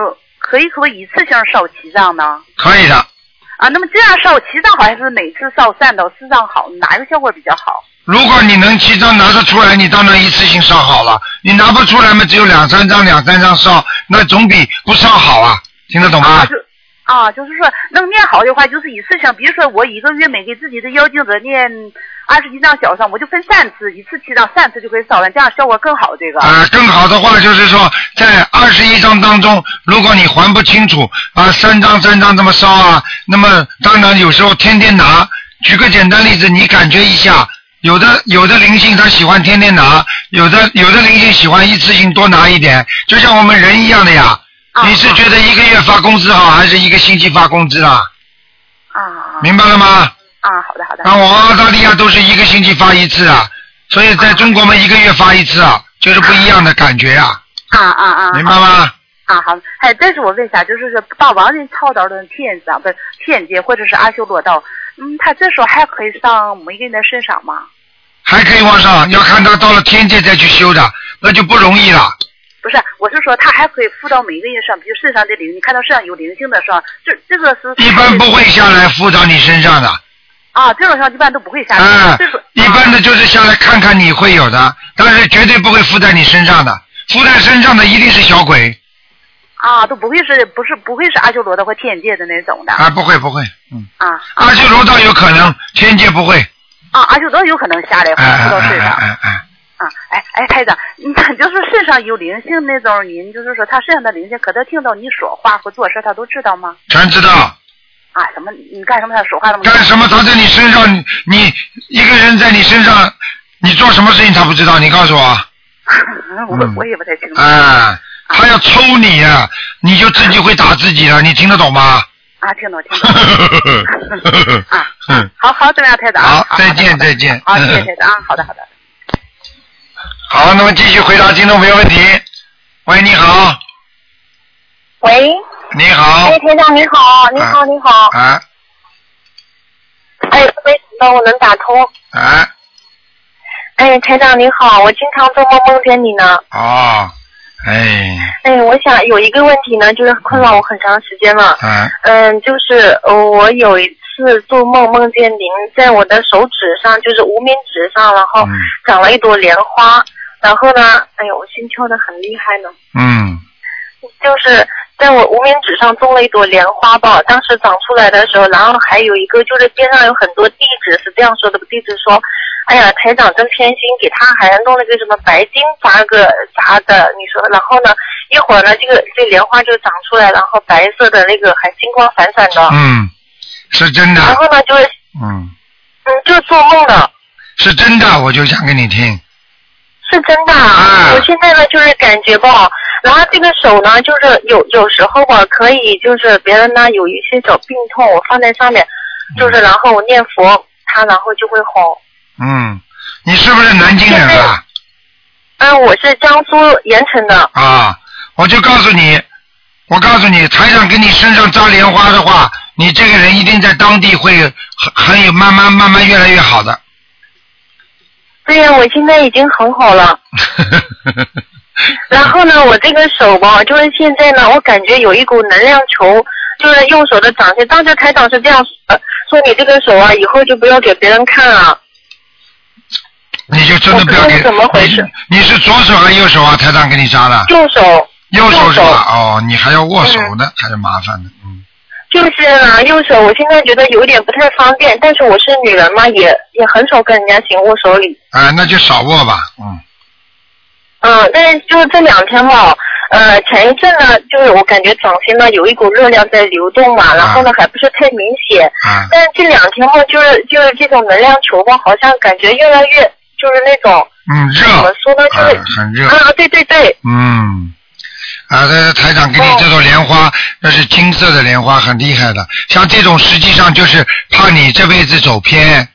可以可不可以一次性烧七张呢？ 可以的。 啊，那么这样烧七张好，还是每次烧三到四张好？哪个效果比较好？ 如果你能七张拿得出来，你当然一次性烧好了。你拿不出来嘛，只有两三张两三张烧，那总比不烧好啊。听得懂吗？ 啊，就啊，就是说能念好的话，就是一次性。比如说我一个月每给自己的妖精者念二十几张小上，我就分三次，一次七张，三次就可以烧完，这样效果更好。这个啊，更好的话就是说，在二十一张当中，如果你还不清楚啊，三张三张这么烧啊，那么当然有时候天天拿。举个简单例子，你感觉一下，有的有的灵性他喜欢天天拿，有的有的灵性喜欢一次性多拿一点，就像我们人一样的呀。你是觉得一个月发工资好，还是一个星期发工资啊？ 啊。 明白了吗？ 啊，好的好的。 那我澳大利亚都是一个星期发一次啊，所以在中国嘛一个月发一次啊，就是不一样的感觉啊。 啊啊啊！ 明白吗？ 啊好，还但是我问一下，就是说把亡人抄到的天上，不是天界或者是阿修罗道，嗯，他这时候还可以上每个人的身上吗？ 还可以往上，要看他到了天界再去修的，那就不容易了。 不是，我是说他还可以附到每个人上，比如身上的灵，你看到身上有灵性的时候，这这个是一般不会下来附到你身上的。 啊，这种上一般都不会下来。 啊、 嗯， 一般的就是下来看看你会有的，但是绝对不会附在你身上的，附在身上的一定是小鬼。 啊，都不会是不是不会是阿修罗的或天界的那种的。 啊，不会不会，嗯。 啊。 阿修罗道有可能，天界不会。 啊，阿修罗有可能下来附到身上。 哎哎哎。 啊，哎哎，台长，你看，就是身上有灵性那种人，就是说他身上的灵性，可他听到你说话和做事，他都知道吗？ 全知道。 啊，什么？你干什么他说话那么？ 干什么？他在你身上，你你一个人在你身上，你做什么事情他不知道？你告诉我。 我我也不太清楚。 啊，他要抽你呀、啊，你就自己会打自己了，你听得懂吗？ 啊，听懂听懂。啊，嗯，好好，这样台长。 好，再见再见。 好，谢谢台长。好的好的。 好，那么继续回答听众朋友问题。喂，你好。 喂。 你好。 哎，台长你好，你好、啊、你好。 啊。 哎，没想到我能打通。 啊。 哎，台长你好，我经常做梦梦见你呢。 哦。哎。 哎，我想有一个问题呢，就是困扰我很长时间了。 嗯。 嗯，就是呃，我有一次做梦梦见您在我的手指上，就是无名指上，然后长了一朵莲花。嗯，然后呢，哎呦，我心跳的很厉害呢。 嗯。 就是在我无名指上种了一朵莲花吧，当时长出来的时候，然后还有一个就是边上有很多地址是这样说的，地址说，哎呀，台长真偏心，给他还弄了个什么白金发个啥的，你说，然后呢，一会儿呢，这个这莲花就长出来，然后白色的那个还金光闪闪的。 嗯，是真的。 然后呢，就是嗯嗯，就做梦了。 是真的，我就讲给你听。 是真的，啊、我现在呢就是感觉吧，然后这个手呢就是有有时候吧可以就是别人呢有一些小病痛，我放在上面，就是然后我念佛，它然后就会好。 嗯，你是不是南京人啊？ 嗯，我是江苏盐城的。 啊，我就告诉你，我告诉你，台上给你身上扎莲花的话，你这个人一定在当地会很很有慢慢慢慢越来越好的。 对呀，我现在已经很好了。然后呢，我这个手吧，就是现在呢，我感觉有一股能量球，就是右手的掌心。当时台长是这样说，说你这个手啊，以后就不要给别人看了。 你就真的不要给。 怎么回事？ 你是左手还是右手啊？台长给你扎了。 右手。 右手是吧？哦，你还要握手呢，嗯、还是麻烦的，嗯。 就是呢，右手我现在觉得有点不太方便，但是我是女人嘛，也也很少跟人家行握手礼。 啊，那就少握吧，嗯。 嗯，但是就这两天嘛，呃，前一阵呢，就是我感觉掌心呢有一股热量在流动嘛，然后呢还不是太明显， 啊、 但是这两天嘛，就是就是这种能量球吧，好像感觉越来越就是那种， 嗯，热， 怎么说呢，就是、 啊、很热啊，对对对， 嗯。啊，这台长给你这朵莲花，那是金色的莲花，很厉害的。像这种实际上就是怕你这辈子走偏。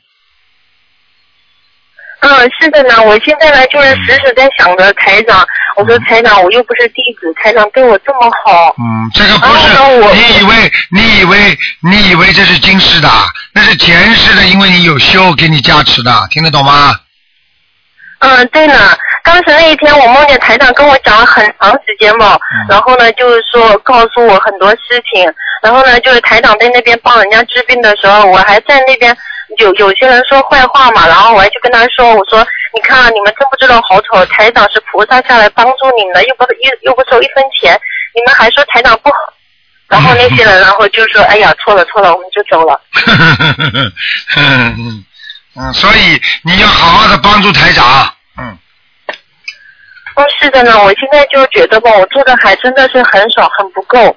嗯，是的呢，我现在呢就是时时在想着台长，我说台长，我又不是弟子，台长对我这么好。 嗯，这个不是，你以为你以为你以为这是今世的，那是前世的，因为你有修给你加持的，听得懂吗？ 嗯，对了， 当时那一天我梦见台长跟我讲了很长时间嘛，嗯、然后呢就是说告诉我很多事情，然后呢就是台长在那边帮人家治病的时候，我还在那边有有些人说坏话嘛，然后我还去跟他说，我说你看啊，你们真不知道好丑，台长是菩萨下来帮助你们的，又不是一又不收一分钱，你们还说台长不好。然后那些人，然后就说：“哎呀，错了错了，我们就走了。” 嗯嗯，所以你要好好的帮助台长。嗯。 哦，是的呢，我现在就觉得吧，我做的还真的是很少，很不够。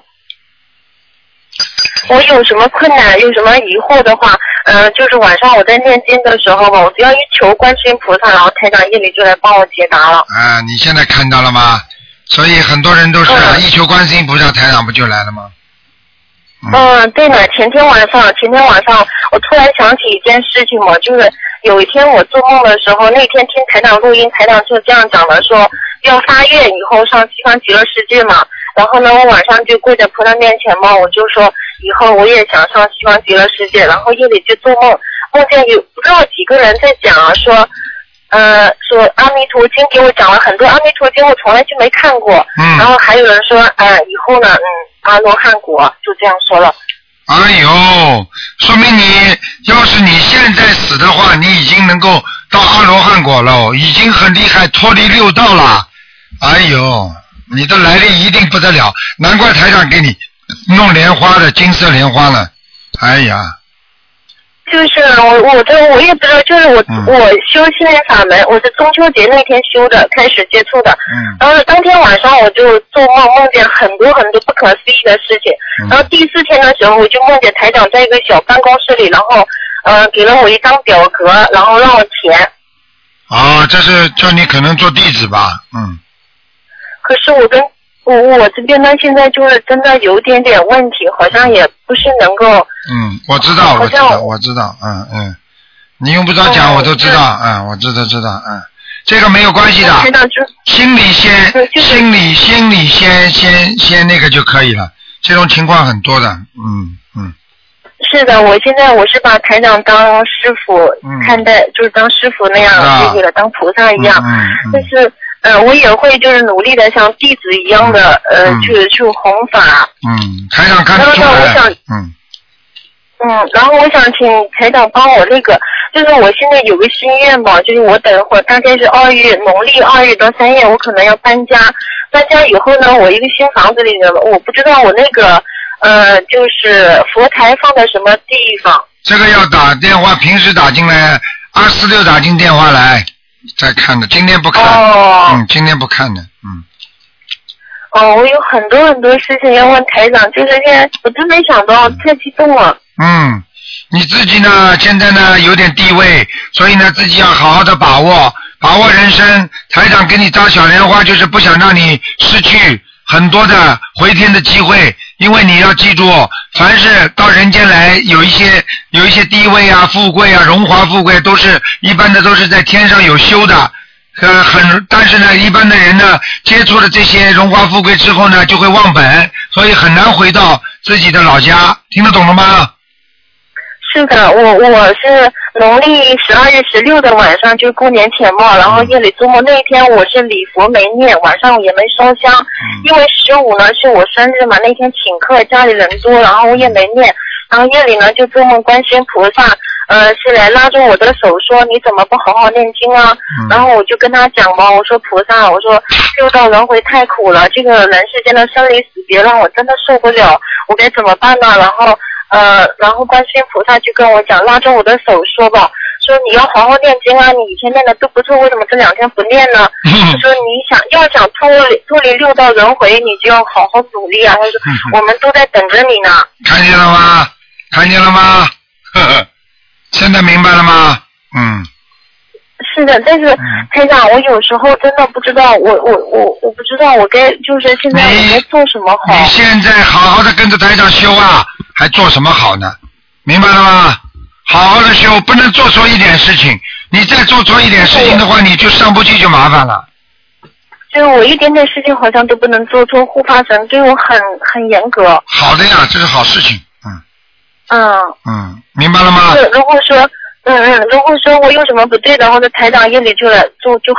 我有什么困难，有什么疑惑的话，嗯、呃，就是晚上我在念经的时候吧，我只要一求观世音菩萨，然后台长夜里就来帮我解答了。 啊，你现在看到了吗？所以很多人都是、啊嗯、一求观世音菩萨，台长不就来了吗？ 嗯，对了，前天晚上，前天晚上我突然想起一件事情嘛，就是有一天我做梦的时候，那天听台长录音，台长就这样讲的，说要发愿以后上西方极乐世界嘛。然后呢，我晚上就跪在菩萨面前嘛，我就说以后我也想上西方极乐世界。然后夜里就做梦，梦见有不知道几个人在讲啊，说呃说阿弥陀经给我讲了很多阿弥陀经，我从来就没看过。嗯。然后还有人说，哎、呃，以后呢，嗯。阿罗汉果就这样说了。 哎呦，说明你要是你现在死的话，你已经能够到阿罗汉果了，已经很厉害，脱离六道了。哎呦，你的来历一定不得了，难怪台长给你弄莲花的金色莲花了。哎呀。 就是我，我这我也不知道，就是我、嗯、我修心灵法门，我是中秋节那天修的，开始接触的。嗯。然后当天晚上我就做梦，梦见很多很多不可思议的事情。嗯。然后第四天的时候，我就梦见台长在一个小办公室里，然后呃给了我一张表格，然后让我填。 啊，这是叫你可能做弟子吧？嗯。 可是我跟我我这边呢，现在就是真的有点点问题，好像也不是能够。 嗯，我知道，我知道，我知道，嗯嗯，你用不着讲，我都知道，嗯，我知道知道，嗯，这个没有关系的，心里先，心里心里先先先那个就可以了，这种情况很多的，嗯嗯。 是的，我现在我是把台长当师傅看待，嗯、就是当师傅那样理解了，当菩萨一样，嗯嗯嗯、但是。呃，我也会就是努力的像弟子一样的、嗯、呃去去弘法。 嗯，台长看得出来。然后呢，我想， 嗯，嗯，然后我想请台长帮我那个，就是我现在有个心愿嘛，就是我等会儿大概是二月农历二月到三月，我可能要搬家。搬家以后呢，我一个新房子里呢，我不知道我那个呃就是佛台放在什么地方。 这个要打电话，平时打进来，二四六打进电话来。在看的，今天不看，哦、嗯，今天不看的，嗯。 哦，我有很多很多事情要问台长，就是现在我真没想到，太激动了。 嗯，你自己呢，现在呢有点地位，所以呢自己要好好的把握，把握人生。台长给你扎小莲花，就是不想让你失去很多的回天的机会，因为你要记住，凡是到人间来有一些有一些地位啊、富贵啊、荣华富贵，都是一般的都是在天上有修的，呃，很但是呢，一般的人呢，接触了这些荣华富贵之后呢，就会忘本，所以很难回到自己的老家。听得懂了吗？ 是的，我我是农历十二月十六的晚上，就是过年前嘛，然后夜里做梦那一天我是礼佛没念，晚上也没烧香，因为十五呢是我生日嘛，那天请客家里人多，然后我也没念，然后夜里呢就做梦观世音菩萨呃是来拉着我的手说你怎么不好好念经啊、嗯、然后我就跟他讲嘛，我说菩萨，我说六道轮回太苦了，这个人世间的生离死别让我真的受不了，我该怎么办呢？然后呃，然后观世音菩萨就跟我讲，拉着我的手说吧，说你要好好念经啊，你以前念的都不错，为什么这两天不念呢？他、嗯、说你想要想脱离脱离六道轮回，你就要好好努力啊。他说、嗯、我们都在等着你呢。 看见了吗？看见了吗？呵呵，现在明白了吗？嗯。 是的，但是台长，我有时候真的不知道，我我我我不知道我该就是现在我该做什么好。 你现在好好的跟着台长修啊，还做什么好呢？明白了吗？好好的修，不能做错一点事情。你再做错一点事情的话，你就上不去就麻烦了。 就是我一点点事情好像都不能做错，护法神对我很很严格。 好的呀，这是好事情。嗯。 嗯。 嗯，明白了吗？ 是，如果说。嗯嗯，如果说我有什么不对的，或者台长夜里就来就就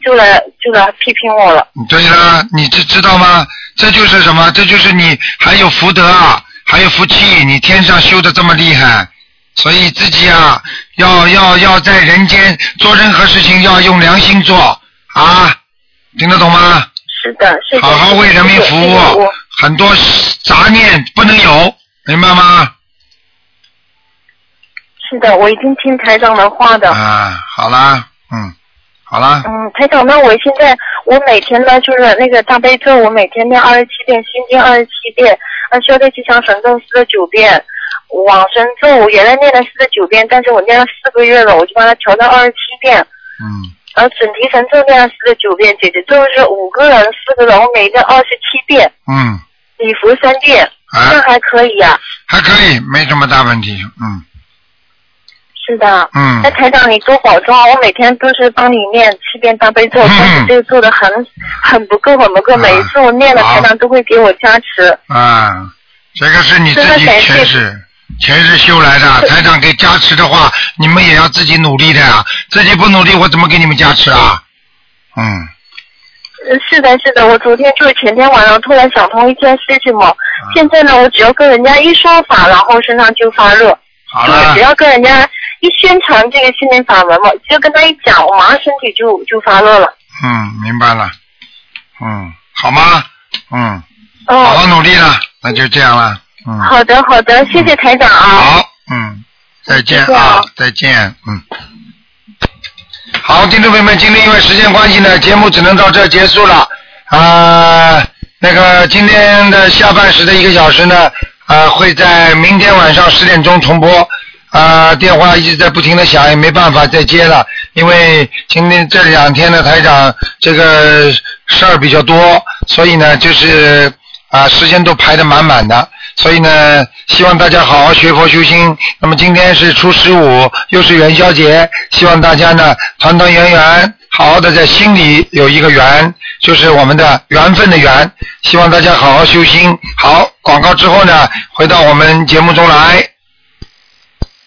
就来就来批评我了。 对了，你知知道吗？这就是什么？这就是你还有福德啊，还有福气，你天上修的这么厉害，所以自己啊，要要要在人间做任何事情要用良心做啊，听得懂吗？ 是的，是的。 好好为人民服务，很多杂念不能有，明白吗？ 是的，我已经听台长的话的。 啊，好啦，嗯，好啦。 嗯，台长，那我现在我每天呢，就是那个大悲咒，我每天念二十七遍，心经二十七遍，呃，消灾吉祥神咒四十九遍，往生咒我原来念了四十九遍，但是我念了四个月了，我就把它调到二十七遍。 嗯。 然后准提神咒念了四十九遍，姐姐咒是五个人四个人，我每个二十七遍。 嗯。 礼佛三遍， 啊、 那还可以呀、啊。 还可以，没什么大问题，嗯。 是的， 嗯， 那台长你多保重啊！我每天都是帮你念七遍大悲咒，嗯、但是这个做的很很不够，很不够。啊、每一次我念了，台长都会给我加持。 啊，这个是你自己前世前世修来的，台长给加持的话，你们也要自己努力的呀、啊，自己不努力，我怎么给你们加持啊？嗯。 是的，是的，我昨天就是前天晚上突然想通一件事情嘛，啊、现在呢，我只要跟人家一说法，然后身上就发热。 好了。 只要跟人家一宣传这个心灵法门嘛，只要跟他一讲，我马上身体就就发热了。 嗯，明白了。嗯，好吗？嗯。 哦。 好好努力了，那就这样了。嗯。 好的，好的，谢谢台长啊。 好，嗯，再见啊，再见，嗯。好，听众朋友们，今天因为时间关系呢，节目只能到这结束了。啊、呃，那个今天的下半时的一个小时呢，呃，会在明天晚上十点钟重播。啊、呃，电话一直在不停的响，也没办法再接了，因为今天这两天呢，台长这个事儿比较多，所以呢，就是啊、呃，时间都排得满满的。所以呢，希望大家好好学佛修心。那么今天是初十五，又是元宵节，希望大家呢团团圆圆，好好的在心里有一个缘，就是我们的缘分的缘。希望大家好好修心。好，广告之后呢，回到我们节目中来。